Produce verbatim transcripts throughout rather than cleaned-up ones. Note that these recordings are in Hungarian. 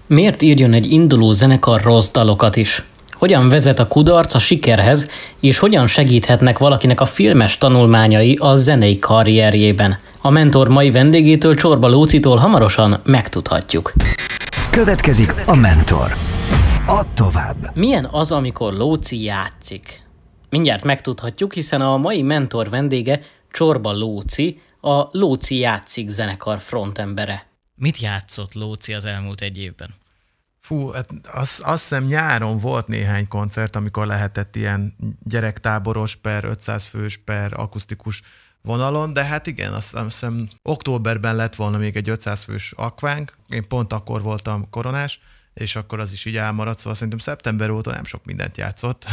Miért írjon egy induló zenekar rossz dalokat is? Hogyan vezet a kudarc a sikerhez, és hogyan segíthetnek valakinek a filmes tanulmányai a zenei karrierjében? A Mentor mai vendégétől, Csorba Lócitól hamarosan megtudhatjuk. Következik a Mentor. Add tovább! Milyen az, amikor Lóci játszik? Mindjárt megtudhatjuk, hiszen a mai Mentor vendége Csorba Lóci, a Lóci Játszik zenekar frontembere. Mit játszott Lóci az elmúlt egy évben? Fú, hát azt, azt hiszem nyáron volt néhány koncert, amikor lehetett ilyen gyerektáboros per ötszáz fős per akusztikus vonalon, de hát igen, azt hiszem októberben lett volna még egy ötszáz fős akvánk, én pont akkor voltam koronás, és akkor az is így elmaradt, szóval szerintem szeptember óta nem sok mindent játszott,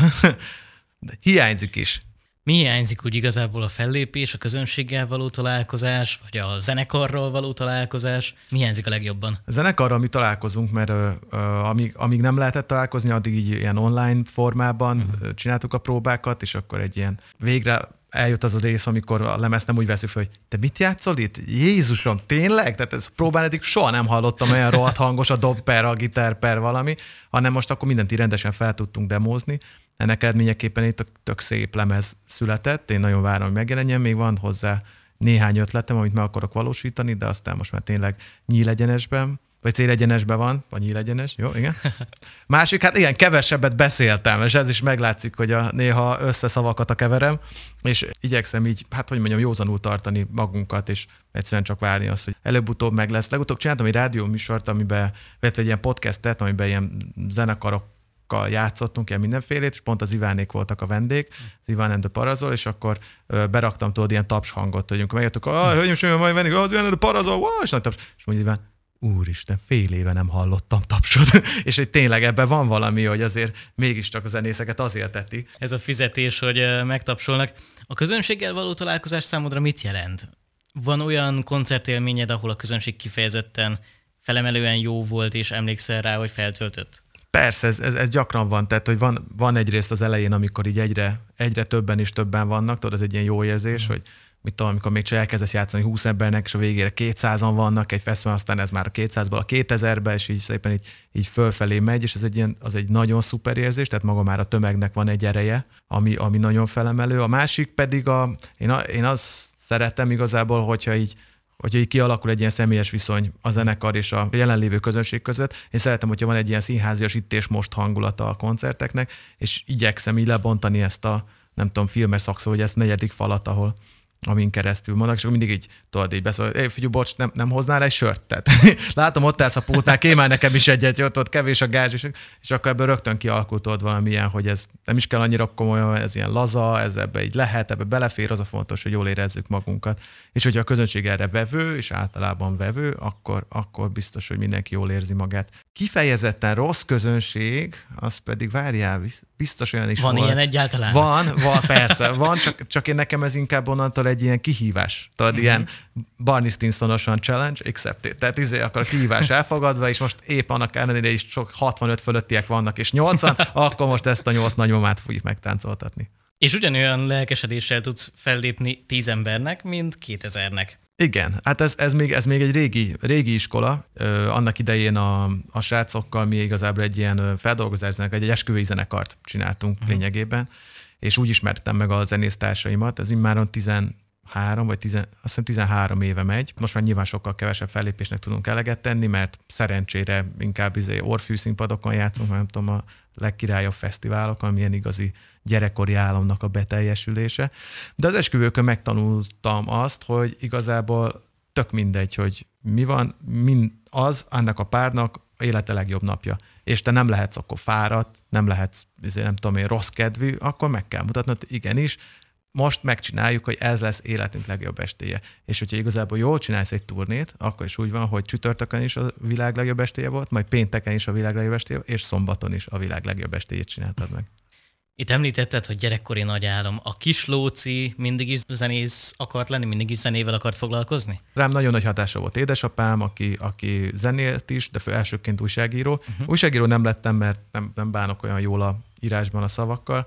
de hiányzik is. Mi hiányzik úgy igazából? A fellépés, a közönséggel való találkozás, vagy a zenekarral való találkozás? Mi hiányzik a legjobban? A zenekarral mi találkozunk, mert ö, ö, amíg, amíg nem lehetett találkozni, addig így ilyen online formában uh-huh. csináltuk a próbákat, és akkor egy ilyen végre eljött az a rész, amikor a lemezt nem úgy veszük fel, hogy te mit játszol itt? Jézusom, tényleg? Tehát ez próbán eddig soha nem hallottam olyan rohadt hangos a dob per, a gitár per valami, hanem most akkor mindent így rendesen fel tudtunk demózni. Ennek eredményeképpen itt tök szép lemez született, én nagyon várom, hogy megjelenjen, még van hozzá néhány ötletem, amit meg akarok valósítani, de aztán most már tényleg nyílegyenesben, vagy célegyenesben van, vagy nyílegyenes, jó, igen. Másik, hát igen, kevesebbet beszéltem, és ez is meglátszik, hogy a, néha összeszavakat a keverem, és igyekszem így, hát hogy mondjam, józanul tartani magunkat, és egyszerűen csak várni azt, hogy előbb-utóbb meg lesz. Legutóbb csináltam egy rádióműsort, amiben, vagy egy ilyen podcastet, amiben ilyen zenekarok játszottunk ilyen mindenfélét, és pont az Ivánék voltak a vendég, az Iván and the Parazol, és akkor ö, beraktam tudod ilyen taps hangot, hogy amikor megjöttük, ah, hölgyem, semmi, majd venni, az Iván and the Parazol, wow, és nagy taps. És mondja Iván, úristen, fél éve nem hallottam tapsot. És hogy tényleg ebben van valami, hogy azért mégiscsak a zenészeket azért teti. Ez a fizetés, hogy megtapsolnak. A közönséggel való találkozás számodra mit jelent? Van olyan koncertélményed, ahol a közönség kifejezetten felemelően jó volt, és emlékszel rá, hogy feltöltött? Persze, ez, ez, ez gyakran van, tehát hogy van, van egyrészt az elején, amikor így egyre, egyre többen és többen vannak, tudod, ez egy ilyen jó érzés, mm. hogy mit tudom, amikor még csak elkezdesz játszani húsz embernek, és a végére kétszázan vannak egy fesztiválon, aztán ez már a kétszázból a kétezerbe, és így szépen így, így fölfelé megy, és ez egy ilyen, az egy nagyon szuper érzés, tehát maga már a tömegnek van egy ereje, ami, ami nagyon felemelő. A másik pedig, a, én, a, én azt szeretem igazából, hogyha így hogyha így kialakul egy ilyen személyes viszony a zenekar és a jelenlévő közönség között. Én szeretem, hogyha van egy ilyen színházias itt és most hangulata a koncerteknek, és igyekszem így lebontani ezt a, nem tudom, filmes szakszó, hogy ezt negyedik falat, ahol amin keresztül mondnak, és akkor mindig így tudod, így beszól, éj, figyelj, bocs, nem, nem hoznál egy sört? Tehát látom, ott állsz a pultnál, kémál nekem is egyet, ott, ott kevés a gázs, és, és akkor ebből rögtön kialkultod valamilyen, hogy ez nem is kell annyira komolyan, ez ilyen laza, ez ebbe így lehet, ebbe belefér, az a fontos, hogy jól érezzük magunkat. És hogyha a közönség erre vevő, és általában vevő, akkor, akkor biztos, hogy mindenki jól érzi magát. Kifejezetten rossz közönség, az pedig várjál, biztos olyan is van volt. Ilyen egyáltalán? Van, van, persze, van, csak, csak én nekem ez inkább onnantól egy ilyen kihívás. Tudod, mm-hmm. ilyen Barney Stinsonosan challenge accepted. Tehát izé akkor a kihívás elfogadva, és most épp annak ellenére is csak hatvanöt fölöttiek vannak, és nyolcvan, akkor most ezt a nyolc nagymamát fogjuk megtáncoltatni. És ugyanolyan lelkesedéssel tudsz fellépni tíz embernek, mint kétezernek. Igen, hát ez, ez, még, ez még egy régi, régi iskola. Ö, annak idején a, a srácokkal mi igazából egy ilyen feldolgozászenekart, egy esküvői zenekart csináltunk uh-huh. lényegében, és úgy ismertem meg a zenésztársaimat, ez immáron tizenhárom, vagy tizen, azt hiszem tizenhárom éve megy. Most már nyilván sokkal kevesebb fellépésnek tudunk eleget tenni, mert szerencsére inkább izé orfű színpadokon játszunk, nem tudom, a legkirályabb fesztiválokon, amilyen igazi gyerekkori álomnak a beteljesülése. De az esküvőkön megtanultam azt, hogy igazából tök mindegy, hogy mi van, mind az annak a párnak a élete legjobb napja. És te nem lehetsz akkor fáradt, nem lehetsz, nem tudom én, rossz kedvű, akkor meg kell mutatnod, hogy igenis, most megcsináljuk, hogy ez lesz életünk legjobb estéje. És hogyha igazából jól csinálsz egy turnét, akkor is úgy van, hogy csütörtökön is a világ legjobb estéje volt, majd pénteken is a világ legjobb estéje, és szombaton is a világ legjobb estéjét csináltad meg. Itt említetted, hogy gyerekkori nagy álom. A kis Lóci mindig is zenész akart lenni, mindig is zenével akart foglalkozni? Rám nagyon nagy hatása volt édesapám, aki, aki zenélt is, de fő elsőként újságíró. Uh-huh. Újságíró nem lettem, mert nem, nem bánok olyan jól a írásban a szavakkal.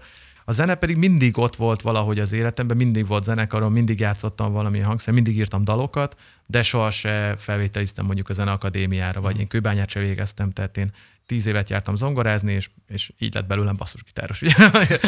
A zene pedig mindig ott volt valahogy az életemben, mindig volt zenekarom, mindig játszottam valamilyen hangszer, mindig írtam dalokat, de soha se felvételiztem mondjuk a zeneakadémiára, vagy én kőbányát se végeztem, tehát én tíz évet jártam zongorázni, és, és így lett belőlem basszusgitáros, ugye,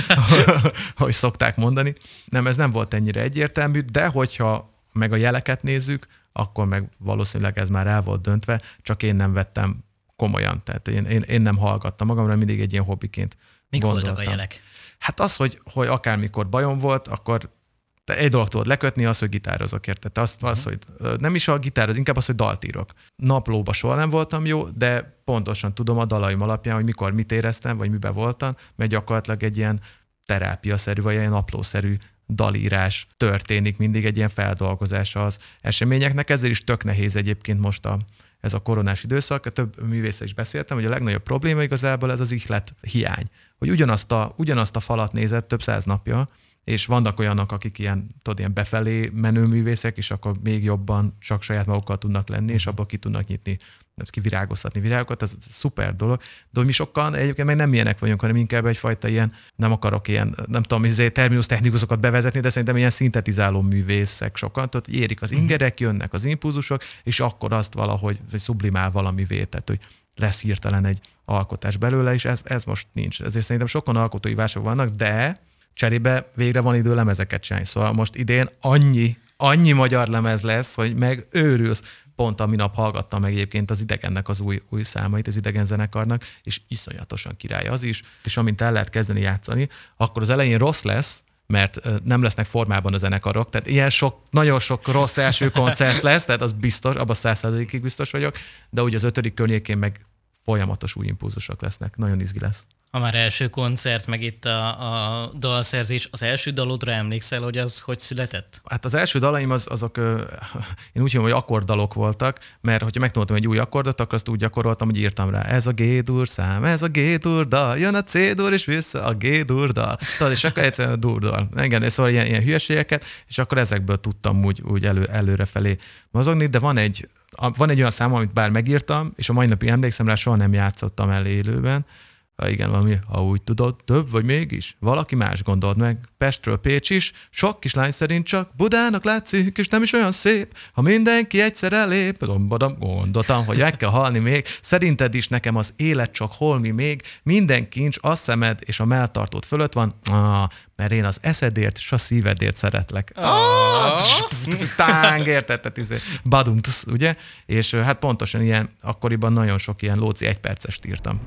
ahogy szokták mondani. Nem, ez nem volt ennyire egyértelmű, de hogyha meg a jeleket nézzük, akkor meg valószínűleg ez már el volt döntve, csak én nem vettem komolyan. Tehát én, én, én nem hallgattam magamra, mindig egy ilyen hobbiként Mik gondoltam. voltak a jelek? Hát az, hogy, hogy akármikor bajom volt, akkor te egy dolog tudod lekötni, az, hogy gitározok, érted? Az, az, hogy nem is a gitároz, inkább az, hogy dalt írok. Naplóba soha nem voltam jó, de pontosan tudom a dalaim alapján, hogy mikor mit éreztem, vagy miben voltam, mert gyakorlatilag egy ilyen terápiaszerű, vagy ilyen naplószerű dalírás történik, mindig egy ilyen feldolgozása az eseményeknek. Ezért is tök nehéz egyébként most a, ez a koronás időszak. Több művésszel is beszéltem, hogy a legnagyobb probléma igazából ez az ihlet hiány. Hogy ugyanazt a, ugyanazt a falat nézett több száz napja, és vannak olyanok, akik ilyen, tudod, ilyen befelé menő művészek, és akkor még jobban csak saját magukkal tudnak lenni, és abban ki tudnak nyitni, kivirágoztatni virágokat, ez szuper dolog. De hogy mi sokan egyébként meg nem ilyenek vagyunk, hanem inkább egyfajta ilyen, nem akarok ilyen, nem tudom, terminus technikusokat bevezetni, de szerintem ilyen szintetizáló művészek sokan, tehát érik az ingerek, jönnek az impulzusok, és akkor azt valahogy sublimál valamivé, tehát hogy lesz hirtelen egy alkotás belőle, és ez, ez most nincs. Ezért szerintem sokan alkotói válságok vannak, de cserébe végre van idő lemezeket csinálni. Szóval most idén annyi, annyi magyar lemez lesz, hogy megőrülsz. Pont a minap hallgattam meg egyébként az Idegennek az új, új számait, az Idegen zenekarnak, és iszonyatosan király az is, és amint el lehet kezdeni játszani, akkor az elején rossz lesz, mert nem lesznek formában a zenekarok, tehát ilyen sok, nagyon sok rossz első koncert lesz, tehát az biztos, abban száz százalékig biztos vagyok, de ugye az ötödik környékén meg folyamatos új impulzusok lesznek, nagyon izgi lesz. Ha már első koncert, meg itt a, a dalszerzés, az első dalodra emlékszel, hogy az hogy született? Hát az első dalaim az, azok, én úgy hívom, hogy akkorddalok voltak, mert hogyha megtanultam egy új akkordot, akkor azt úgy gyakoroltam, hogy írtam rá, ez a G-dur szám, ez a G-dur dal, jön a C-dur és vissza a G-dur dal. Tudod, és akkor egyszerűen a dur dal. Engem, szóval ilyen, ilyen hülyeségeket, és akkor ezekből tudtam úgy, úgy elő, előrefelé mozogni, de van egy, van egy olyan szám, amit bár megírtam, és a mai napig emlékszem rá, soha nem játszottam el élőben. Ha igen, valami, ha úgy tudod, több vagy mégis, valaki más gondold meg. Pestről Pécs is, sok kislány szerint csak Budának látszik, és nem is olyan szép, ha mindenki egyszer elép. Gondoltam, hogy meg kell halni még, szerinted is nekem az élet csak holmi még, minden kincs a szemed és a melltartód fölött van, ah, mert én az eszedért és a szívedért szeretlek. Ah, táng, érted? Badum, ugye? És hát pontosan ilyen, akkoriban nagyon sok ilyen lóci egypercest írtam.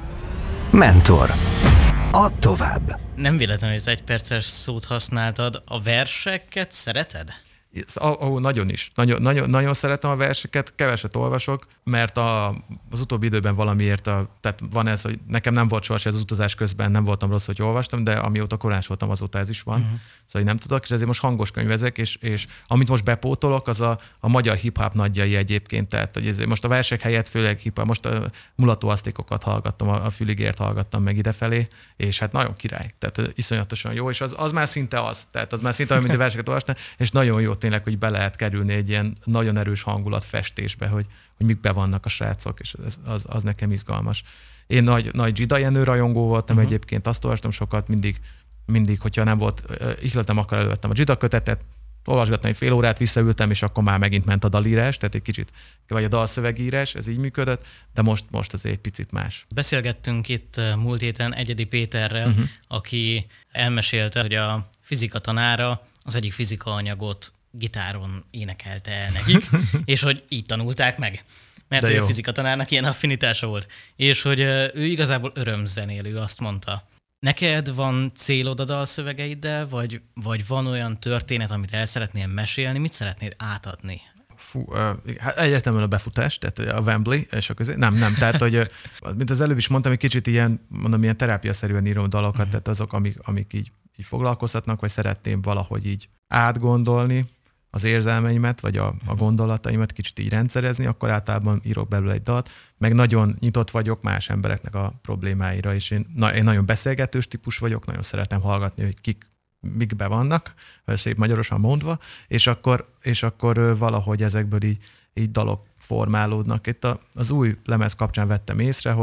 Mentor. Add tovább. Nem véletlenül, hogy az egyperces szót használtad. A verseket szereted? Ahol nagyon is. Nagyon, nagyon, nagyon szeretem a verseket, keveset olvasok, mert a, az utóbbi időben valamiért, a, tehát van ez, hogy nekem nem volt soha, ez az utazás közben nem voltam rossz, hogy olvastam, de amióta korán voltam, azóta ez is van. Uh-huh. Szóval nem tudok, és ezért most hangos könyvezek, és, és amit most bepótolok, az a, a magyar hip-hop nagyjai egyébként, tehát hogy ez, most a versek helyett főleg hip-hop, most a mulatóasztékokat hallgattam, a, a füligért hallgattam meg idefelé, és hát nagyon király, tehát iszonyatosan jó, és az, az már szinte az, tehát az már szinte olyan, mint a verseket olvasni, és nagyon jó tényleg, hogy be lehet kerülni egy ilyen nagyon erős hangulatfestésbe, hogy, hogy mikbe vannak a srácok, és az, az, az nekem izgalmas. Én nagy, nagy Gida Jenő rajongó voltam, uh-huh. Egyébként azt olvastam sokat, mindig, mindig, hogyha nem volt uh, ihletem, akkor elővettem a Gida kötetet, olvasgattam egy fél órát, visszaültem, és akkor már megint ment a dalírás, tehát egy kicsit, vagy a dalszövegírás, ez így működött, de most, most azért egy picit más. Beszélgettünk itt múlt héten Egyedi Péterrel, uh-huh. aki elmesélte, hogy a fizika tanára az egyik fizika anyagot gitáron énekelte el nekik, és hogy így tanulták meg. Mert ő fizika tanárnak ilyen affinitása volt. És hogy ő igazából örömzenélő, azt mondta. Neked van célod a dalszövegeiddel, vagy, vagy van olyan történet, amit el szeretnél mesélni, mit szeretnéd átadni? Fú, hát egyértelműen a befutás, tehát a Wembley, és akkor nem, nem, tehát, hogy mint az előbb is mondtam, egy kicsit ilyen, mondom, ilyen terápiaszerűen írom dalokat, uh-huh. Tehát azok, amik, amik így, így foglalkoztatnak, vagy szeretném valahogy így átgondolni az érzelmeimet, vagy a, a gondolataimat kicsit így rendszerezni, akkor általában írok belőle egy dalt, meg nagyon nyitott vagyok más embereknek a problémáira, és én, na, én nagyon beszélgetős típus vagyok, nagyon szeretem hallgatni, hogy kik mikbe vannak, szép magyarosan mondva, és akkor, és akkor valahogy ezekből így, így dalok formálódnak. Itt a, az új lemez kapcsán vettem észre, hogy,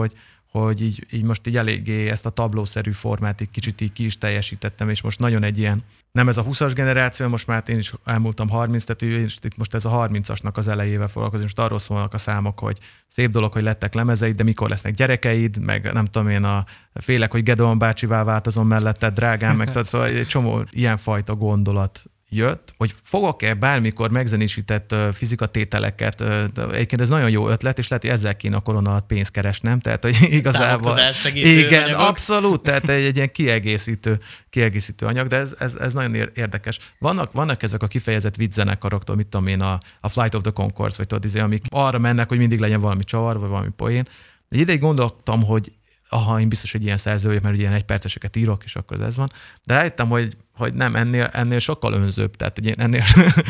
hogy így, így most így eléggé ezt a tablószerű formát egy kicsit így ki is teljesítettem, és most nagyon egy ilyen, nem ez a húszas generáció, most már én is elmúltam harminc, tehát én is itt most ez a harmincasnak az elejével foglalkozom, most arról szólnak a számok, hogy szép dolog, hogy lettek lemezeid, de mikor lesznek gyerekeid, meg nem tudom én, a félek, hogy Gedeon bácsivá változom melletted, drágám, meg tehát szóval egy csomó ilyenfajta gondolat jött, hogy fogok-e bármikor megzenésített uh, fizikatételeket, uh, egyébként ez nagyon jó ötlet, és lehet, hogy ezzel kéne a korona alatt pénzt keresnem, tehát hogy igazából... Igen, anyagok. Abszolút, tehát egy, egy ilyen kiegészítő, kiegészítő anyag, de ez, ez, ez nagyon érdekes. Vannak, vannak ezek a kifejezett viccenekaraktól, mit tudom én, a, a Flight of the Conchords, vagy tudod, amik arra mennek, hogy mindig legyen valami csavar, vagy valami poén. Egy ideig gondoltam, hogy aha, én biztos, hogy ilyen szerző vagyok, mert ilyen egyperceseket írok, és akkor ez van. De rájöttem, hogy, hogy nem, ennél, ennél sokkal önzőbb, tehát hogy én ennél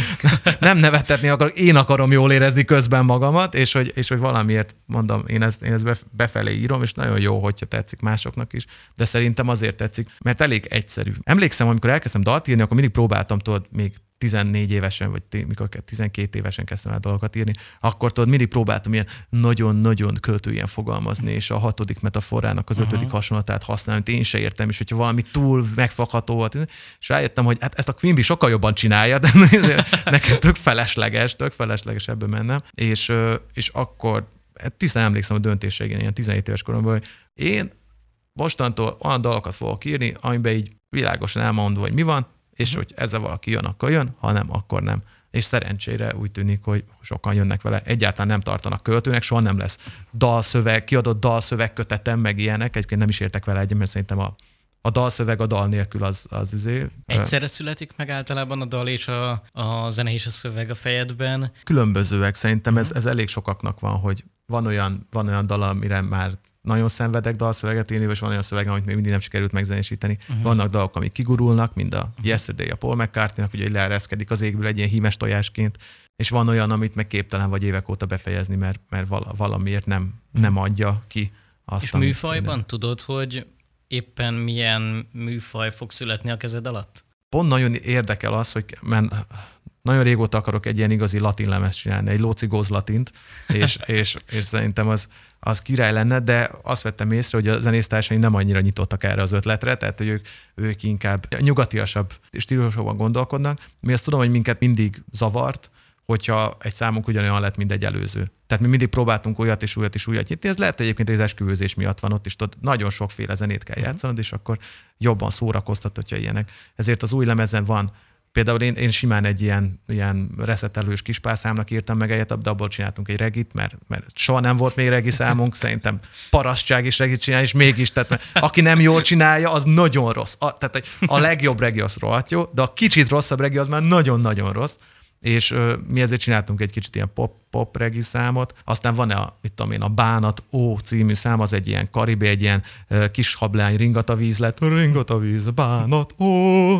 nem nevettetni akarok, én akarom jól érezni közben magamat, és hogy, és hogy valamiért mondom, én ezt, én ezt befelé írom, és nagyon jó, hogyha tetszik másoknak is, de szerintem azért tetszik, mert elég egyszerű. Emlékszem, amikor elkezdtem dalt írni, akkor mindig próbáltam, tudod, még tizennégy évesen, vagy mikor tizenkét évesen kezdtem el dalokat írni, akkor tudod, mindig próbáltam ilyen nagyon-nagyon költőien fogalmazni, és a hatodik metaforának az ötödik uh-huh. hasonlatát használni, én se értem, és hogyha valami túl megfogható volt, és rájöttem, hogy hát ezt a Quimby sokkal jobban csinálja, de nekem tök felesleges, tök felesleges ebben mennem, és, és akkor tisztán emlékszem a döntésségén, ilyen tizenhét éves koromban, hogy én mostantól olyan dalokat fogok írni, amiben így világosan elmondva, hogy mi van, és hogy ezzel valaki jön, akkor jön, ha nem, akkor nem. És szerencsére úgy tűnik, hogy sokan jönnek vele. Egyáltalán nem tartanak költőnek, soha nem lesz dalszöveg, kiadott dalszövegkötetem, meg ilyenek. Egyébként nem is értek vele egyet, mert szerintem a, a dalszöveg a dal nélkül az, az izé. Egyszerre születik meg általában a dal és a, a zene és a szöveg a fejedben? Különbözőek. Szerintem ez, ez elég sokaknak van, hogy van olyan, van olyan dal, amire már nagyon szenvedek dalszöveget írni, és van olyan szöveg, amit még mindig nem sikerült megzenésíteni. Uh-huh. Vannak dalok, amik kigurulnak, mint a uh-huh. Yesterday a Paul McCartney-nak, ugye leereszkedik az égből egy ilyen hímes tojásként, és van olyan, amit meg képtelen vagy évek óta befejezni, mert, mert valamiért nem, uh-huh. nem adja ki azt. És műfajban minden. Tudod, hogy éppen milyen műfaj fog születni a kezed alatt? Pont nagyon érdekel az, hogy men, nagyon régóta akarok egy ilyen igazi latin lemezt csinálni, egy lócigóz latint, és, és, és szerintem az, az király lenne, de azt vettem észre, hogy a zenésztársaim nem annyira nyitottak erre az ötletre, tehát hogy ők, ők inkább nyugatiasabb stílusokban gondolkodnak. Mi azt tudom, hogy minket mindig zavart, hogyha egy számunk ugyanolyan lett, mint egy előző. Tehát mi mindig próbáltunk olyat és újat és újat nyitni. Ez lehet egyébként az esküvőzés miatt van ott, és tudod, nagyon sokféle zenét kell játszanod, és akkor jobban szórakoztat, hogyha ilyenek. Ezért az új lemezen van. Például én, én simán egy ilyen, ilyen reszetelős kispálszámnak írtam meg egyet, de abból csináltunk egy regit, mert, mert soha nem volt még regi számunk, szerintem parasztság is regit csinál, és mégis, tehát mert aki nem jól csinálja, az nagyon rossz. A, tehát a legjobb regi az rohadt jó, de a kicsit rosszabb regi az már nagyon-nagyon rossz. És ö, mi ezért csináltunk egy kicsit ilyen pop, pop regi számot. Aztán van a, mit tudom én, a Bánat Ó című szám, az egy ilyen karibé, egy ilyen ö, kis hablány ringatavíz lett. Ringatavíz, Bánat Ó.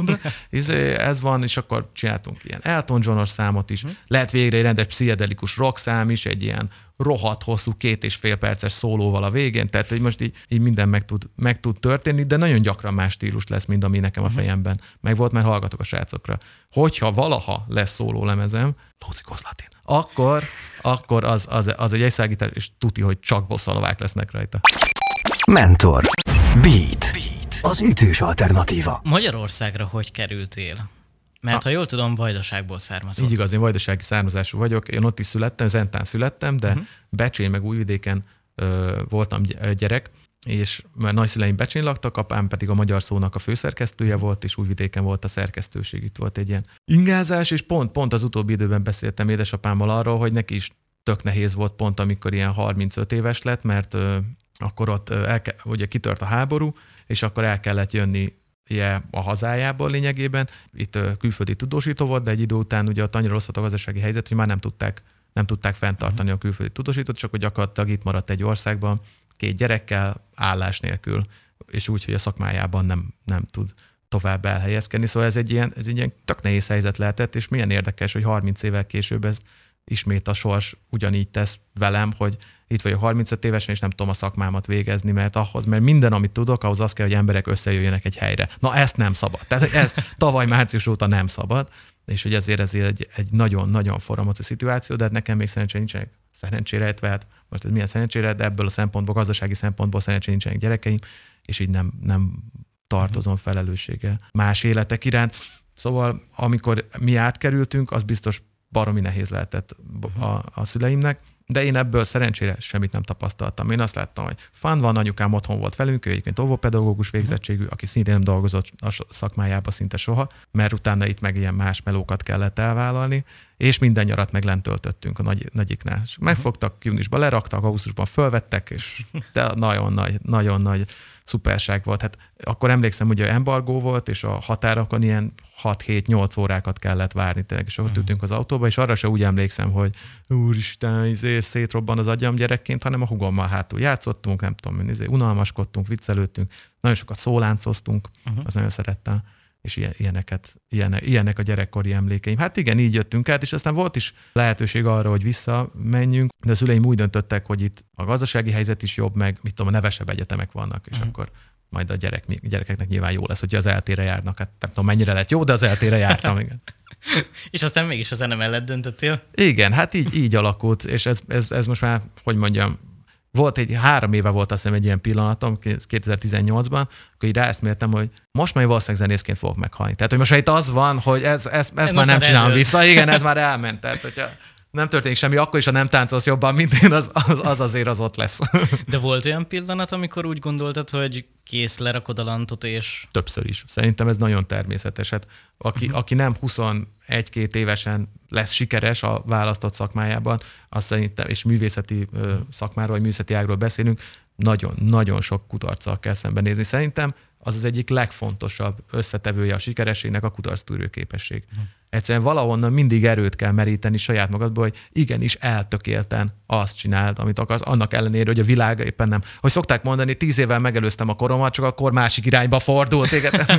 Ez van, és akkor csináltunk ilyen Elton John-os számot is. Lehet végre egy rendes pszichedelikus rock szám is, egy ilyen rohadt hosszú, két és fél perces szólóval a végén, tehát hogy most így, így minden meg tud, meg tud történni, de nagyon gyakran más stílus lesz, mint ami nekem a fejemben meg volt, mert hallgatok a srácokra. Hogyha valaha lesz szólólemezem, lócigóz latin, akkor, akkor az, az, az egy egyszágítás, és tuti, hogy csak bosszanovák lesznek rajta. Mentor. Beat. Beat. Az ütős alternatíva. Magyarországra hogy kerültél? Mert ha jól tudom, Vajdaságból származol. Így igaz, én vajdasági származású vagyok. Én ott is születtem, Zentán születtem, de uh-huh. Becsén meg Újvidéken ö, voltam gyerek, és mert nagyszüleim Becsén laktak, apám pedig a Magyar Szónak a főszerkesztője volt, és Újvidéken volt a szerkesztőség. Itt volt egy ilyen ingázás, és pont, pont az utóbbi időben beszéltem édesapámmal arról, hogy neki is tök nehéz volt pont, amikor ilyen harmincöt éves lett, mert ö, akkor ott ö, elke, ugye kitört a háború, és akkor el kellett jönni a hazájából lényegében. Itt külföldi tudósító volt, de egy idő után ugye annyira rossz volt a gazdasági helyzet, hogy már nem tudták, nem tudták fenntartani a külföldi tudósítót, csak hogy gyakorlatilag itt maradt egy országban két gyerekkel, állás nélkül, és úgy, hogy a szakmájában nem, nem tud tovább elhelyezkedni. Szóval ez egy ilyen, ez egy ilyen tök nehéz helyzet lehetett, és milyen érdekes, hogy harminc évvel később ez ismét a sors ugyanígy tesz velem, hogy itt vagyok harmincöt évesen, és nem tudom a szakmámat végezni, mert ahhoz, mert minden, amit tudok, ahhoz az kell, hogy emberek összejöjjenek egy helyre. Na ezt nem szabad. Tehát ezt tavaly március óta nem szabad, és hogy ezért ezért egy, egy nagyon-nagyon forró szituáció, de hát nekem még szerencsére nincsenek szerencsére, tehát most ez milyen szerencsére, de ebből a szempontból, gazdasági szempontból szerencsére nincsenek gyerekeim, és így nem, nem tartozom felelősséggel más életek iránt. Szóval amikor mi átkerültünk, az biztos baromi nehéz lehetett a, a szüleimnek, de én ebből szerencsére semmit nem tapasztaltam. Én azt láttam, hogy fán van, anyukám otthon volt velünk, ő egyébként óvópedagógus végzettségű, aki szintén nem dolgozott a szakmájába szinte soha, mert utána itt meg ilyen más melókat kellett elvállalni, és minden nyarat meg lent töltöttünk a nagy, nagyiknál. Megfogtak, júniusban leraktak, augusztusban fölvettek, és de nagyon nagy, nagyon nagy szuperság volt. Hát akkor emlékszem, hogy embargó volt, és a határokon ilyen hat-hét-nyolc órákat kellett várni, tényleg, és ott ültünk az autóba, és arra se úgy emlékszem, hogy úristen, izé, szétrobban az agyam gyerekként, hanem a hugommal hátul játszottunk, nem tudom, izé, unalmaskodtunk, viccelődtünk, nagyon sokat szóláncoztunk, uh-huh. az nagyon szerettem, és ilyeneket, ilyenek, ilyenek a gyerekkori emlékeim. Hát igen, így jöttünk át, és aztán volt is lehetőség arra, hogy visszamenjünk, de a szüleim úgy döntöttek, hogy itt a gazdasági helyzet is jobb, meg mit tudom, a nevesebb egyetemek vannak, és uh-huh. akkor majd a gyerek, gyerekeknek nyilván jó lesz, hogyha az eltére járnak. Hát nem tudom, mennyire lett jó, de az eltére jártam, igen. És aztán mégis a zene mellett döntöttél? Igen, hát így, így alakult, és ez, ez, ez most már, hogy mondjam, volt egy, három éve volt azt hiszem egy ilyen pillanatom, kétezer-tizennyolcban, akkor így ráeszméltem, hogy most már valószínűleg zenészként fogok meghalni. Tehát, hogy most már itt az van, hogy ez, ez, ez már nem csinálom vissza. Igen, ez már elment. Tehát, hogyha nem történik semmi, akkor is, ha nem táncolsz jobban, mint én, az, az, az azért az ott lesz. De volt olyan pillanat, amikor úgy gondoltad, hogy kész, lerakod a lantot, és... Többször is. Szerintem ez nagyon természetes. Hát, aki, uh-huh. aki nem huszonegy-két évesen lesz sikeres a választott szakmájában, azt szerintem, és művészeti uh, szakmáról, vagy művészeti ágról beszélünk, nagyon-nagyon sok kudarccal kell szembenézni. Szerintem az az egyik legfontosabb összetevője a sikerességnek a kudarctűrő képesség. Uh-huh. Egyszerűen valahonnan mindig erőt kell meríteni saját magadból, hogy igenis eltökélten azt csináld, amit akarsz, annak ellenére, hogy a világ éppen nem. Hogy szokták mondani, tíz évvel megelőztem a koromat, csak akkor másik irányba fordult.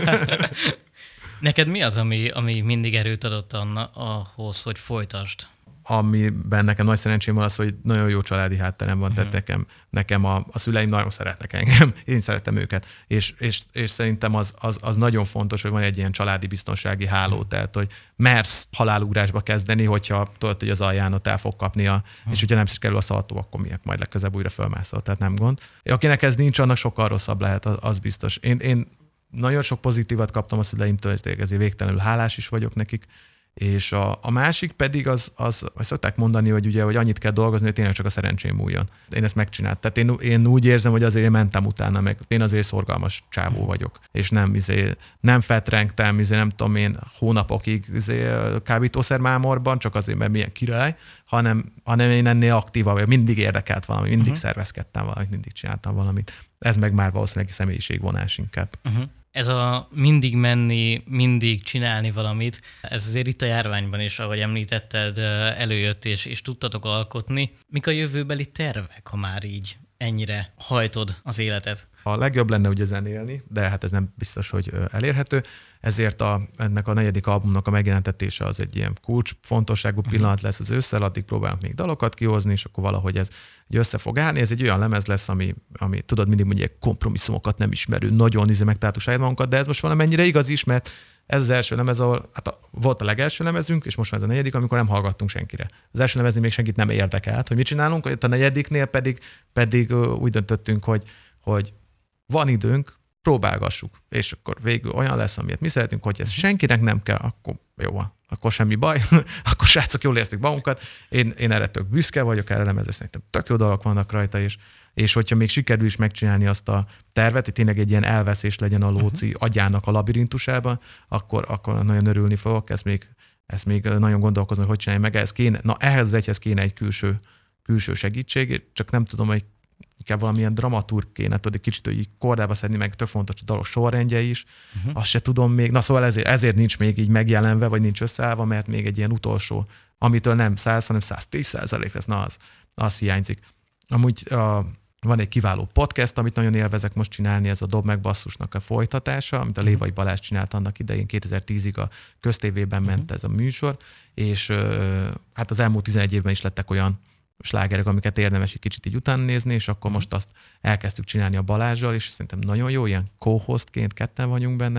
Neked mi az, ami, ami mindig erőt adott anna, ahhoz, hogy folytasd? Amiben nekem nagy szerencsém van az, hogy nagyon jó családi hátterem van, uh-huh. tehát nekem, nekem a, a szüleim nagyon szeretnek engem, én szeretem őket, és, és, és szerintem az, az, az nagyon fontos, hogy van egy ilyen családi biztonsági háló, uh-huh. tehát hogy mersz halálugrásba kezdeni, hogyha tudod, hogy az alján ott el fog kapni, a, uh-huh. és hogyha nem is kerül a szaltó, akkor miért majd legközebb újra fölmászol, tehát nem gond. Akinek ez nincs, annak sokkal rosszabb lehet, az, az biztos. Én, én nagyon sok pozitívat kaptam a szüleimtől, ezért végtelenül hálás is vagyok nekik. És a, a másik pedig az, az, azt szokták mondani, hogy ugye, hogy annyit kell dolgozni, hogy tényleg csak a szerencsém múljon. Én ezt megcsináltam. Tehát én, én úgy érzem, hogy azért én mentem utána, meg én azért szorgalmas csávó vagyok. És nem, izé, nem fetrengtem, izé, nem tudom én, hónapokig izé, kábítószermámorban, csak azért, mert milyen király, hanem, hanem én ennél aktívabb vagyok. Mindig érdekelt valami, mindig uh-huh. szervezkedtem valamit, mindig csináltam valamit. Ez meg már valószínűleg személyiségvonás inkább. Uh-huh. Ez a mindig menni, mindig csinálni valamit, ez azért itt a járványban is, ahogy említetted, előjött és, és tudtatok alkotni. Mik a jövőbeli tervek, ha már így ennyire hajtod az életet? A legjobb lenne ugye zenélni, de hát ez nem biztos, hogy elérhető. Ezért a, ennek a negyedik albumnak a megjelentetése az egy ilyen kulcsfontosságú pillanat lesz az ősszel, addig próbálunk még dalokat kihozni, és akkor valahogy ez össze fog állni. Ez egy olyan lemez lesz, ami, ami tudod, mindig mondják, kompromisszumokat nem ismerő, nagyon izé megtaláltuk saját magunkat, de ez most valamennyire igaz is, mert ez az első lemez, ahol hát a, volt a legelső lemezünk, és most már ez a negyedik, amikor nem hallgattunk senkire. Az első lemezni még senkit nem érdekelt, hogy mit csinálunk, itt a negyediknél pedig, pedig úgy döntöttünk, hogy, hogy van időnk, próbálgassuk, és akkor végül olyan lesz, amilyet mi szeretünk, hogy ez senkinek nem kell, akkor jó van, akkor semmi baj, akkor srácok, jól éreztük magunkat, én, én erre tök büszke vagyok, erre lemezre szerintem tök jó dalok vannak rajta, és, és hogyha még sikerül is megcsinálni azt a tervet, hogy tényleg egy ilyen elveszés legyen a Lóci uh-huh. agyának a labirintusában, akkor, akkor nagyon örülni fogok, ezt még, ezt még nagyon gondolkozom, hogy hogy csinálj meg, ez kéne, na ehhez az egyhez kéne egy külső, külső segítség, csak nem tudom, hogy inkább valamilyen dramaturg kéne, tudod, egy kicsit, hogy így kordába szedni, meg tök fontos a dalok sorrendje is, uh-huh. azt se tudom még, na szóval ezért, ezért nincs még így megjelenve, vagy nincs összeállva, mert még egy ilyen utolsó, amitől nem száz, hanem száztíz százalék lesz, na az, az hiányzik. Amúgy a, van egy kiváló podcast, amit nagyon élvezek most csinálni, ez a Dob meg basszusnak a folytatása, amit a Lévai Balázs csinált annak idején, kétezer-tízig a köztévében ment uh-huh. ez a műsor, és hát az elmúlt tizenegy évben is lettek olyan slágerek, amiket érdemes egy kicsit így utána nézni, és akkor most azt elkezdtük csinálni a Balázsral, és szerintem nagyon jó, ilyen co-hostként ketten vagyunk benne,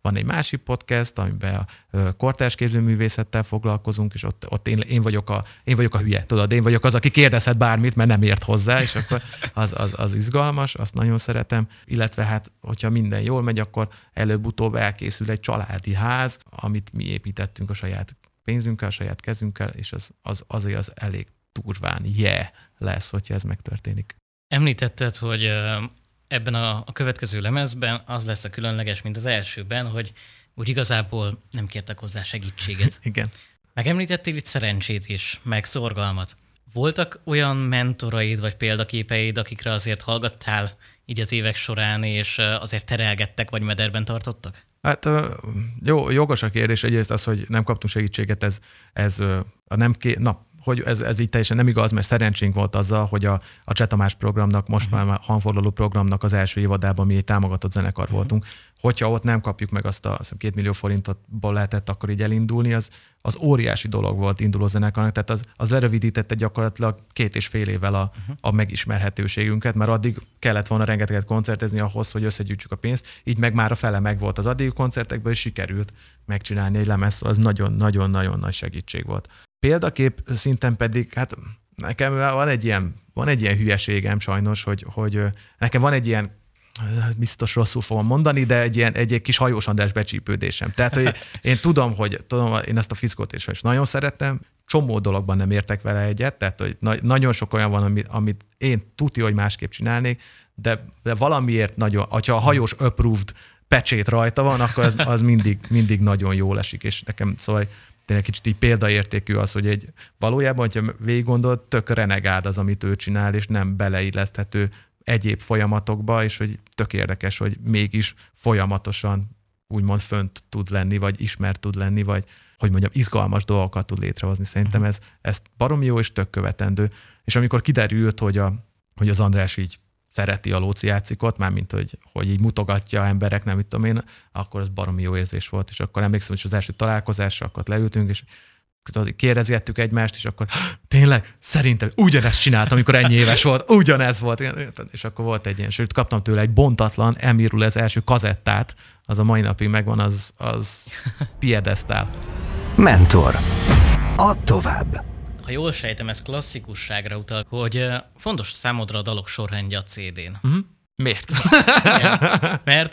van egy másik podcast, amiben a kortárs képzőművészettel foglalkozunk, és ott, ott én, én, vagyok a, én vagyok a hülye, tudod, én vagyok az, aki kérdezhet bármit, mert nem ért hozzá, és akkor az, az, az izgalmas, azt nagyon szeretem. Illetve hát, hogyha minden jól megy, akkor előbb-utóbb elkészül egy családi ház, amit mi építettünk a saját pénzünkkel, a saját kezünkkel, és az, az azért az elég durván yeah lesz, hogyha ez megtörténik. Említetted, hogy ebben a, a következő lemezben az lesz a különleges, mint az elsőben, hogy úgy igazából nem kértek hozzá segítséget. Igen. Megemlítettél itt szerencsét is, meg szorgalmat. Voltak olyan mentoraid vagy példaképeid, akikre azért hallgattál így az évek során, és azért terelgettek vagy mederben tartottak? Hát jó, jogos a kérdés. Egyrészt az, hogy nem kaptunk segítséget, ez, ez a nem ké... Na, hogy ez, ez így teljesen nem igaz, mert szerencsénk volt azzal, hogy a, a Cseh Tamás programnak, most uh-huh. már hangforduló programnak az első évadában mi egy támogatott zenekar uh-huh. voltunk. Hogyha ott nem kapjuk meg azt a azt két millió forintból lehetett akkor így elindulni, az, az óriási dolog volt induló zenekarnak, tehát az, az lerövidítette gyakorlatilag két és fél évvel a, uh-huh. a megismerhetőségünket, mert addig kellett volna rengeteget koncertezni ahhoz, hogy összegyűjtsük a pénzt, így meg már a fele meg volt az addigi koncertekből, és sikerült megcsinálni egy lemez, az nagyon-nagyon-nagyon nagy segítség volt. Példakép szinten pedig, hát nekem van egy ilyen, van egy ilyen hülyeségem sajnos, hogy, hogy nekem van egy ilyen, biztos rosszul fogom mondani, de egy ilyen egy, egy kis Hajós András becsípődésem. Tehát, hogy én tudom, hogy tudom, én ezt a fiszkót is nagyon szeretem, csomó dologban nem értek vele egyet, tehát hogy na- nagyon sok olyan van, amit, amit én tuti, hogy másképp csinálnék, de, de valamiért nagyon, ha a hajós approved pecsét rajta van, akkor az, az mindig, mindig nagyon jól esik, és nekem szóval tényleg kicsit így példaértékű az, hogy egy valójában, hogyha végig gondolod, tök renegád az, amit ő csinál, és nem beleilleszthető egyéb folyamatokba, és hogy tök érdekes, hogy mégis folyamatosan úgymond fönt tud lenni, vagy ismert tud lenni, vagy hogy mondjam, izgalmas dolgokat tud létrehozni. Szerintem ez, ez baromi jó és tök követendő. És amikor kiderült, hogy, a, hogy az András így szereti a Lóci játszikot, mármint, hogy, hogy így mutogatja emberek, nem tudom én, akkor ez baromi jó érzés volt, és akkor emlékszem, hogy az első találkozásra akkor leültünk, és kérdezgettük egymást, és akkor tényleg szerintem ugyanezt csináltam, amikor ennyi éves volt, ugyanez volt, és akkor volt egy ilyen, sőt kaptam tőle egy bontatlan Emirul ez első kazettát, az a mai napig megvan, az, az piedesztál. Mentor. Add tovább. Ha jól sejtem, ez klasszikusságra utal, hogy fontos számodra a dalok sorrendje a cé dén. Uh-huh. Miért? Igen, mert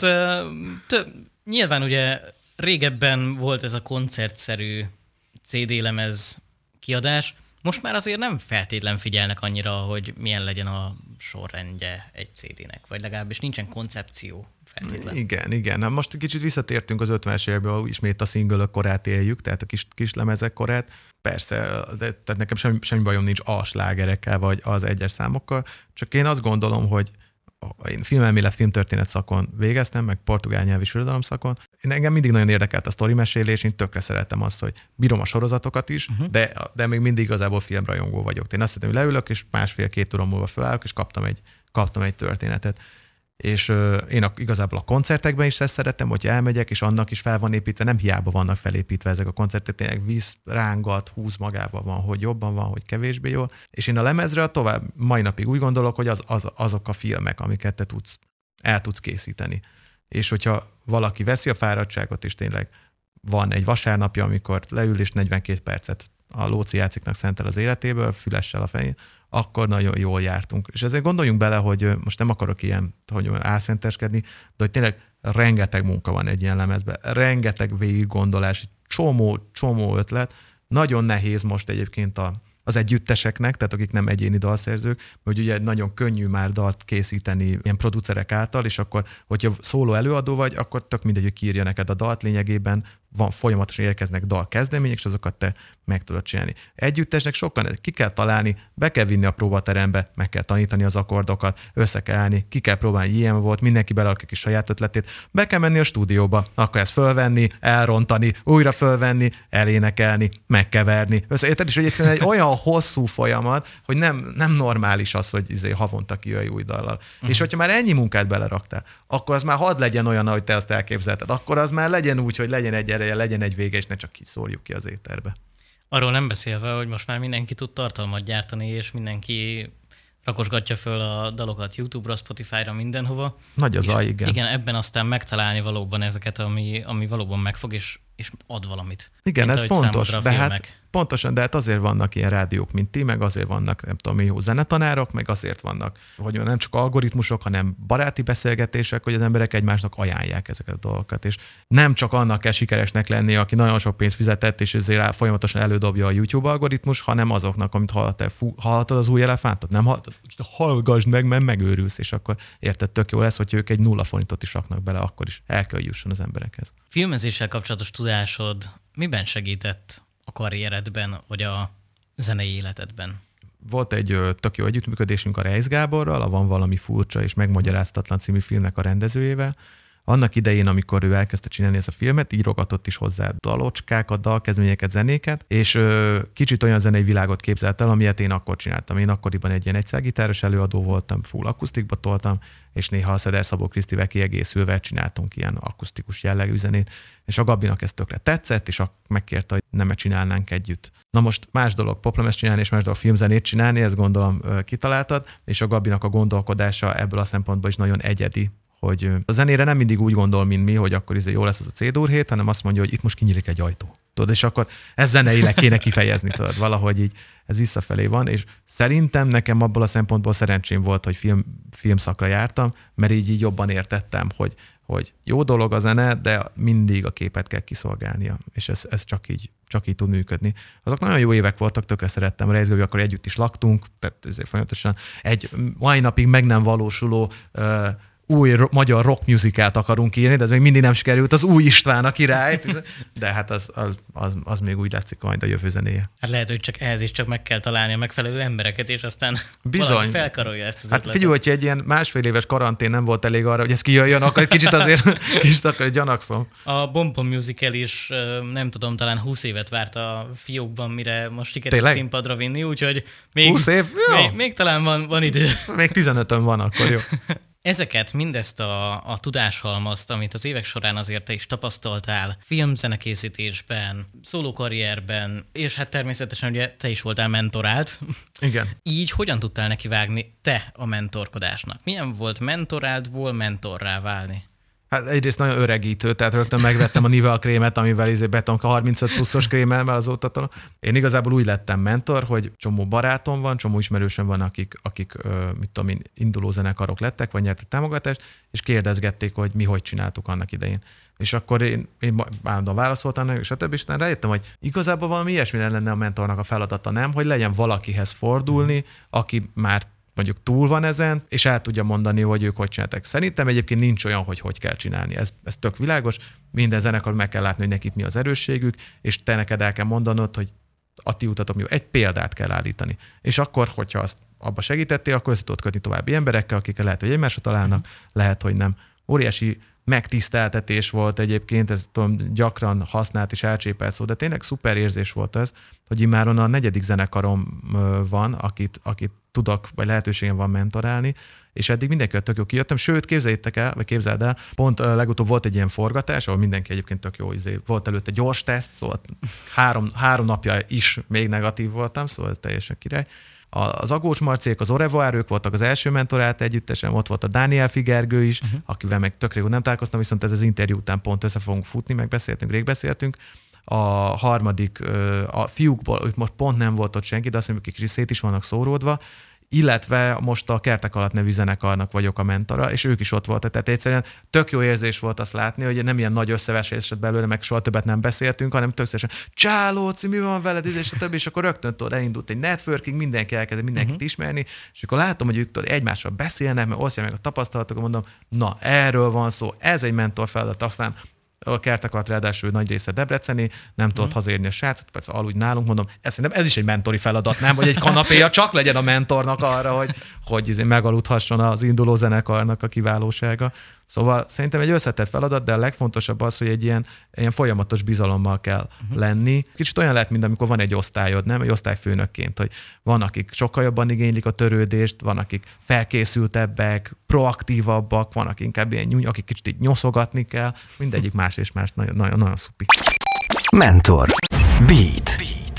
tö- nyilván ugye régebben volt ez a koncertszerű cé dé-lemez kiadás, most már azért nem feltétlen figyelnek annyira, hogy milyen legyen a sorrendje egy cé dének, vagy legalábbis nincsen koncepció feltétlen. Igen, igen. Na most kicsit visszatértünk az ötvenes évekből, ismét a single-ök korát éljük, tehát a kis, kis lemezek korát. Persze, de, tehát nekem semmi, semmi bajom nincs a slágerekkel, vagy az egyes számokkal, csak én azt gondolom, hogy én filmelmélet, filmtörténet szakon végeztem, meg portugál nyelvi irodalom szakon. Én engem mindig nagyon érdekelt a sztorimesélés, én tökre szeretem azt, hogy bírom a sorozatokat is, uh-huh. de, de még mindig igazából filmrajongó vagyok. Én azt szeretem, hogy leülök, és másfél-két óra múlva felállok, és kaptam egy, kaptam egy történetet. És uh, én a, igazából a koncertekben is ezt szeretem, hogy elmegyek, és annak is fel van építve, nem hiába vannak felépítve ezek a koncertek, tényleg víz, rángat, húz magában van, hogy jobban van, hogy kevésbé jól. És én a lemezre a tovább, mai napig úgy gondolok, hogy az, az, azok a filmek, amiket te tudsz, el tudsz készíteni. És hogyha valaki veszi a fáradtságot, és tényleg van egy vasárnapja, amikor leül és negyvenkét percet a Lóci játsziknak szentel az életéből, fülessel a fején, akkor nagyon jól jártunk. És ezért gondoljunk bele, hogy most nem akarok ilyen, hogy álszenteskedni, de hogy tényleg rengeteg munka van egy ilyen lemezben, rengeteg végiggondolás, csomó, csomó ötlet. Nagyon nehéz most egyébként a, az együtteseknek, tehát akik nem egyéni dalszerzők, hogy ugye nagyon könnyű már dalt készíteni ilyen producerek által, és akkor, hogyha szóló előadó vagy, akkor tök mindegy, hogy kiírja neked a dalt, lényegében van, folyamatosan érkeznek dal kezdemények, és azokat te meg tudod csinálni. Együttesnek sokkal ki kell találni, be kell vinni a próbaterembe, meg kell tanítani az akkordokat, össze kell állni, ki kell próbálni, ilyen volt, mindenki belerakja ki saját ötletét, be kell menni a stúdióba, akkor ezt fölvenni, elrontani, újra fölvenni, elénekelni, megkeverni. Összeérted is, hogy egyszerűen egy olyan hosszú folyamat, hogy nem, nem normális az, hogy izé havonta kijöjj új dallal. Uh-huh. És hogyha már ennyi munkát beleraktál, akkor az már hadd legyen olyan, ahogy te azt elképzelted. Akkor az már legyen úgy, hogy legyen egy ereje, legyen egy vége, és ne csak kiszórjuk ki az éterbe. Arról nem beszélve, hogy most már mindenki tud tartalmat gyártani, és mindenki rakosgatja föl a dalokat YouTube-ra, Spotify-ra, mindenhova. Nagy az zaj, igen. Igen, ebben aztán megtalálni valóban ezeket, ami, ami valóban megfog, és, és ad valamit. Igen, mint ez fontos, de filmek. hát pontosan, de hát azért vannak ilyen rádiók, mint ti, meg azért vannak, nem tudom, jó zenetanárok, meg azért vannak, hogy nem csak algoritmusok, hanem baráti beszélgetések, hogy az emberek egymásnak ajánlják ezeket a dolgokat. És nem csak annak kell sikeresnek lenni, aki nagyon sok pénzt fizetett, és ezért folyamatosan elődobja a YouTube algoritmus, hanem azoknak, amit hallottál, fú, hallottad az új elefántot? Nem hallottad? Hallgassd meg, mert megőrülsz, és akkor érted, tök jó lesz, hogy ők egy nulla forintot is raknak bele, akkor is el kell jusson az emberekhez. Filmezéssel kapcsolatos tudásod miben segített a karrieredben, vagy a zenei életedben? Volt egy ö, tök jó együttműködésünk a Reisz Gáborral, a Van valami furcsa és megmagyaráztatlan című filmnek a rendezőjével. Annak idején, amikor ő elkezdte csinálni ezt a filmet, írogatott is hozzá dalocskákat, dalkezményeket, zenéket, és ö, kicsit olyan zenei világot képzelt el, amilyet én akkor csináltam. Én akkoriban egy ilyen egyszergitáros előadó voltam, full akusztikba toltam, és néha a Szeder Szabó Krisztivel kiegészülve csináltunk ilyen akusztikus jellegű zenét, és a Gabinak ez tökre tetszett, és megkérte, hogy nem csinálnánk együtt. Na most más dolog poplemezt csinálni, és más dolog filmzenét csinálni, ezt gondolom kitaláltad, és a Gabinak a gondolkodása ebből a szempontból is nagyon egyedi, hogy a zenére nem mindig úgy gondol, mint mi, hogy akkor jó lesz az a C-dur hét, hanem azt mondja, hogy itt most kinyílik egy ajtó. Tudod, és akkor ez zeneileg kéne kifejezni, tudod, valahogy így ez visszafelé van, és szerintem nekem abból a szempontból szerencsém volt, hogy film, filmszakra jártam, mert így, így jobban értettem, hogy, hogy jó dolog a zene, de mindig a képet kell kiszolgálnia, és ez, ez csak így csak így tud működni. Azok nagyon jó évek voltak, tökre szerettem. Reisz Gabi, akkor együtt is laktunk, tehát ezért folyamatosan egy mai napig meg nem valósuló uh, új ro- magyar rock musicalt akarunk írni, de ez még mindig nem sikerült, az új István a király, de hát az, az, az, az még úgy látszik majd a jövő zenéje. Hát lehet, hogy csak ehhez is csak meg kell találni a megfelelő embereket, és aztán bizony felkarolja ezt az hát ötletet. figyelj, hogyha egy ilyen másfél éves karantén nem volt elég arra, hogy ez kijöjjön, akkor egy kicsit azért kicsit akkor egy gyanakszom. A Bonbon Musical is, nem tudom, talán húsz évet várt a fiókban, mire most sikerült színpadra vinni, úgyhogy még, húsz év? még, még talán van, van idő. Még tizenötön van, akkor jó. Ezeket, mindezt a, a tudáshalmazt, amit az évek során azért te is tapasztaltál, filmzenekészítésben, szólókarrierben, és hát természetesen ugye te is voltál mentorált. Igen. Így hogyan tudtál nekivágni te a mentorkodásnak? Milyen volt mentoráltból mentorrá válni? Hát egyrészt nagyon öregítő, tehát rögtön megvettem a Nivea krémet, amivel izé betonka harmincöt pluszos krémmel, mert azóta tudom. Én igazából úgy lettem mentor, hogy csomó barátom van, csomó ismerősöm van, akik, akik mit tudom én, induló zenekarok lettek, vagy nyertek támogatást, és kérdezgették, hogy mi hogy csináltuk annak idején. És akkor én, én állandóan válaszoltam, és a többi, és rájöttem, hogy igazából valami ilyesmi lenne a mentornak a feladata, nem? Hogy legyen valakihez fordulni, aki már mondjuk túl van ezen, és el tudja mondani, hogy ők hogy csináltak. Szerintem egyébként nincs olyan, hogy hogy kell csinálni. Ez, ez tök világos. Minden zenekar meg kell látni, hogy nekik mi az erősségük, és te neked el kell mondanod, hogy a ti utatok mi. Egy példát kell állítani. És akkor, hogyha azt abba segítettél, akkor össze tudod kötni további emberekkel, akikkel lehet, hogy egymásra találnak, lehet, hogy nem. Óriási megtiszteltetés volt egyébként, ez tudom, gyakran használt és elcsépelt szó, de tényleg szuper érzés volt ez, hogy immáron a negyedik zenekarom van, akit, akit tudok, vagy lehetőségem van mentorálni, és eddig mindenki tök jó kijöttem, sőt, képzeljétek el, vagy képzeld el, pont uh, legutóbb volt egy ilyen forgatás, ahol mindenki egyébként tök jó, izé, volt előtte gyors teszt, szóval három, három napja is még negatív voltam, szóval ez teljesen király. Az Agócs Marciék, az Orevoir, ők voltak az első mentorát együttesen, ott volt a Dániel Figergő is, uh-huh. akivel meg tök régóta nem találkoztam, viszont ez az interjú után pont össze fogunk futni, meg beszéltünk, rég beszéltünk. A harmadik, a fiúkból, ők most pont nem volt ott senki, de azt mondjuk, hogy kicsit szét is vannak szóródva, illetve most a Kertek alatt nevű zenekarnak vagyok a mentora, és ők is ott voltak. Tehát egyszerűen tök jó érzés volt azt látni, hogy nem ilyen nagy összevesés lett belőle, meg soha többet nem beszéltünk, hanem tök szeresen, Csálóci, mi van veled, és a többi, és akkor rögtön tudod, elindult egy networking, mindenki elkezdett mindenkit uh-huh. ismerni, és akkor látom, hogy ők tudod, egymással beszélnek, meg osztják meg a tapasztalatokat, mondom, na, erről van szó, ez egy mentor feladat, aztán a Kertek alatt ráadásul nagy része debreceni, nem tudott mm. hazaérni a srác, persze aludj nálunk, mondom, ez, ez is egy mentori feladat, nem? Hogy egy kanapéja csak legyen a mentornak arra, hogy, hogy megaludhasson az induló zenekarnak a kiválósága. Szóval szerintem egy összetett feladat, de a legfontosabb az, hogy egy ilyen, ilyen folyamatos bizalommal kell uh-huh. lenni. Kicsit olyan lehet, mint amikor van egy osztályod, nem? Egy osztályfőnökként, hogy van, akik sokkal jobban igénylik a törődést, van, akik felkészültebbek, proaktívabbak, van, akik inkább ilyen nyúny, akik kicsit így nyoszogatni kell. Mindegyik más és más, nagyon, nagyon, nagyon szupi. Mentor. Beat. Beat.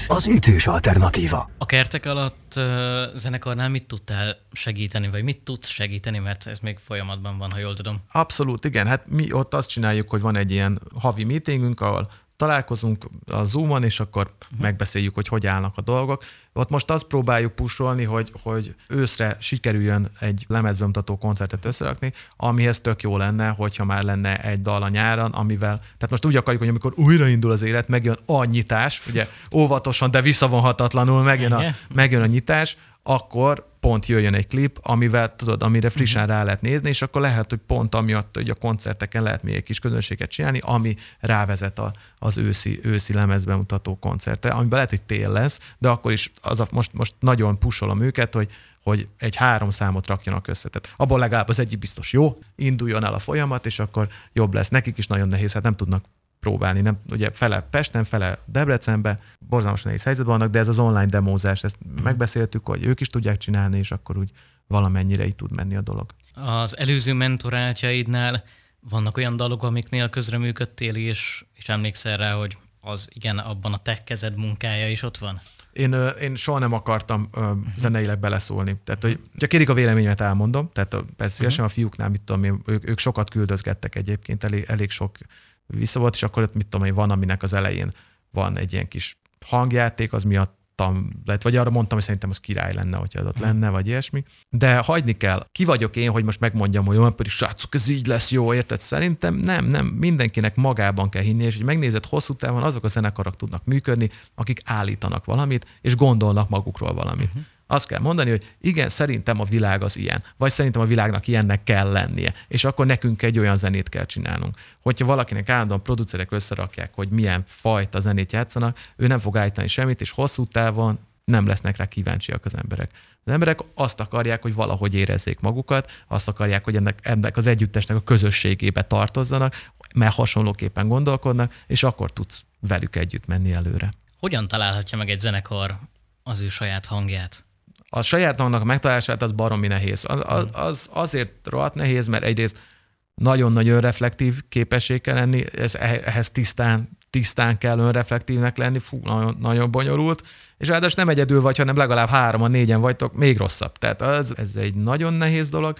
Itt az ütős alternatíva. A Kertek alatt uh, zenekarnál mit tudtál segíteni, vagy mit tudsz segíteni, mert ez még folyamatban van, ha jól tudom. Abszolút, igen. Hát mi ott azt csináljuk, hogy van egy ilyen havi meetingünk, ahol találkozunk a Zoomon, és akkor uh-huh. megbeszéljük, hogy hogy állnak a dolgok. Ott most azt próbáljuk pusolni, hogy, hogy őszre sikerüljön egy lemezbemutató koncertet összerakni, amihez tök jó lenne, hogyha már lenne egy dal a nyáron, amivel, tehát most úgy akarjuk, hogy amikor újraindul az élet, megjön a nyitás, ugye óvatosan, de visszavonhatatlanul megjön a, megjön a nyitás, akkor pont jöjjön egy klip, amivel tudod, amire frissen rá lehet nézni, és akkor lehet, hogy pont amiatt, hogy a koncerteken lehet még egy kis közönséget csinálni, ami rávezet a, az őszi, őszi lemezbemutató koncertre, amiben lehet, hogy tél lesz, de akkor is az a, most, most nagyon pusolom őket, hogy, hogy egy három számot rakjanak össze. Tehát abból legalább az egyik biztos jó, induljon el a folyamat, és akkor jobb lesz. Nekik is nagyon nehéz, hát nem tudnak próbálni. Nem, ugye fele Pesten, fele Debrecenbe, borzalmasan nehéz helyzetben vannak, de ez az online demózás, ezt mm. megbeszéltük, hogy ők is tudják csinálni, és akkor úgy valamennyire így tud menni a dolog. Az előző mentoráltjaidnál vannak olyan dalok, amiknél közreműködtél, és, és emlékszel rá, hogy az igen, abban a te kezed munkája is ott van? Én, én soha nem akartam uh, zeneileg beleszólni. Tehát, hogy ha kérik a véleményemet, elmondom. Tehát persze szívesen uh-huh. a fiúknál, mit tudom én, ők, ők sokat küldözgettek egyébként, elég, elég sok vissza volt, és akkor ott mit tudom én, van, aminek az elején van egy ilyen kis hangjáték, az miattam lett, vagy arra mondtam, hogy szerintem az király lenne, hogyha az ott uh-huh. lenne, vagy ilyesmi. De hagyni kell. Ki vagyok én, hogy most megmondjam, hogy olyan, pedig srácok, ez így lesz jó, érted? Szerintem nem, nem, mindenkinek magában kell hinni, és hogy megnézed, hosszú távon azok a zenekarok tudnak működni, akik állítanak valamit, és gondolnak magukról valamit. Uh-huh. Azt kell mondani, hogy igen, szerintem a világ az ilyen, vagy szerintem a világnak ilyennek kell lennie, és akkor nekünk egy olyan zenét kell csinálnunk. Hogyha valakinek állandóan producerek összerakják, hogy milyen fajta zenét játszanak, ő nem fog állítani semmit, és hosszú távon nem lesznek rá kíváncsiak az emberek. Az emberek azt akarják, hogy valahogy érezzék magukat, azt akarják, hogy ennek, ennek az együttesnek a közösségébe tartozzanak, mert hasonlóképpen gondolkodnak, és akkor tudsz velük együtt menni előre. Hogyan találhatja meg egy zenekar az ő saját hangját? A saját hangnak a megtalálását az baromi nehéz. Az, az, az azért rohadt nehéz, mert egyrészt nagyon-nagyon önreflektív képesség kell lenni, ehhez tisztán, tisztán kell önreflektívnek lenni, fú, nagyon, nagyon bonyolult, és ráadásul nem egyedül vagy, hanem legalább hárman, négyen vagytok, még rosszabb. Tehát az, ez egy nagyon nehéz dolog,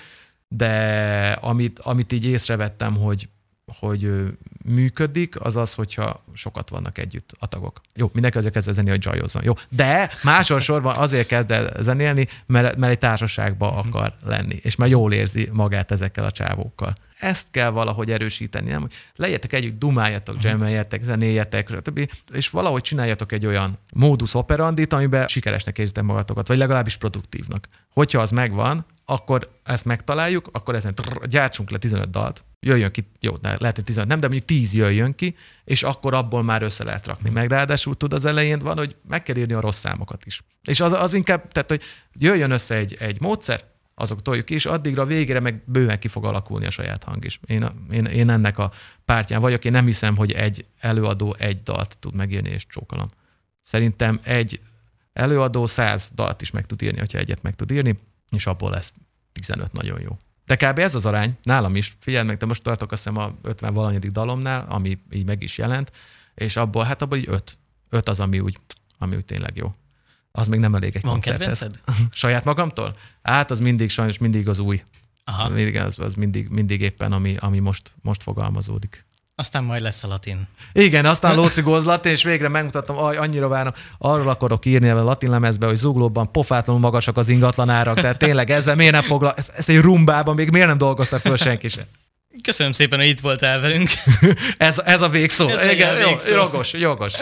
de amit, amit így észrevettem, hogy hogy működik, az az, hogyha sokat vannak együtt a tagok. Jó, mindenki azért kezd zenélni, hogy jajozzon. Jó, de másodszorban azért kezd el zenélni, mert, mert egy társaságban akar lenni, és már jól érzi magát ezekkel a csávókkal. Ezt kell valahogy erősíteni, nem? Hogy legyetek együtt, dumáljatok, jammeljetek, zenéljetek, stb. És valahogy csináljatok egy olyan modus operandit, amiben sikeresnek érzitek magatokat, vagy legalábbis produktívnak. Hogyha az megvan, akkor ezt megtaláljuk, akkor ezen trrr, gyártsunk le tizenöt dalt, jöjjön ki, jó, lehet, hogy tizenöt nem, de mondjuk tíz jöjjön ki, és akkor abból már össze lehet rakni. Meg ráadásul tud az elején van, hogy meg kell írni a rossz számokat is. És az, az inkább, tehát, hogy jöjjön össze egy, egy módszer, azok toljuk ki, és addigra a végére meg bőven ki fog alakulni a saját hang is. Én, én, én ennek a pártján vagyok, én nem hiszem, hogy egy előadó egy dalt tud megírni, és csókolom. Szerintem egy előadó száz dalt is meg tud írni, hogyha egyet meg tud írni, és abból lesz tizenöt nagyon jó. De kb. Ez az arány, nálam is. Figyeld meg, te most tartok azt hiszem a ötven valanyadik dalomnál, ami így meg is jelent, és abból, hát abból így öt. Öt az, ami úgy, ami úgy tényleg jó. Az még nem elég egy Van koncerthez. Kedvenced? Saját magamtól? Hát az mindig, sajnos mindig az új. Aha. Mindig, az, az mindig, mindig éppen, ami, ami most, most fogalmazódik. Aztán majd lesz a latin. Igen, aztán lócigóz latin, és végre megmutattam, aj, annyira várom, arról akarok írni a latin lemezbe, hogy Zuglóban pofátlanul magasak az ingatlanárak, tehát tényleg ezzel miért nem foglal, ezt, ezt egy rumbában még miért nem dolgozta föl senki sem. Köszönöm szépen, hogy itt voltál velünk. ez, ez a végszó. Ez Igen, a végszó. Jogos, jogos.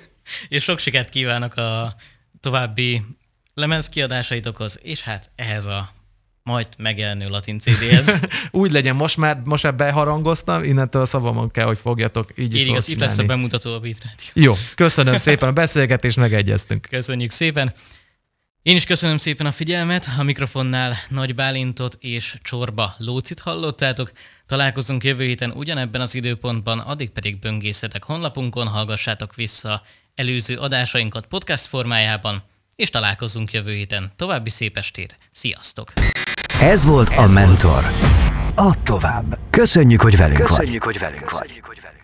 És sok sikert kívánok a további lemezkiadásaitokhoz, és hát ehhez a majd megjelenő latin cé déhez. Úgy legyen, most már, most már beharangoztam, innentől a szavamon kell, hogy fogjatok, így is Így igaz, itt lesz a bemutató a Beat Radio. Jó, köszönöm szépen a beszélgetést, megegyeztünk. Köszönjük szépen. Én is köszönöm szépen a figyelmet, a mikrofonnál Nagy Bálintot és Csorba Lócit hallottátok. Találkozunk jövő héten ugyanebben az időpontban, addig pedig böngészetek honlapunkon, hallgassátok vissza előző adásainkat podcast formájában, és találkozunk jövő héten. További szép estét, sziasztok! Ez volt Ez a Mentor. Add tovább. Köszönjük, hogy velünk Köszönjük, vagy. Hogy velünk Köszönjük, vagy.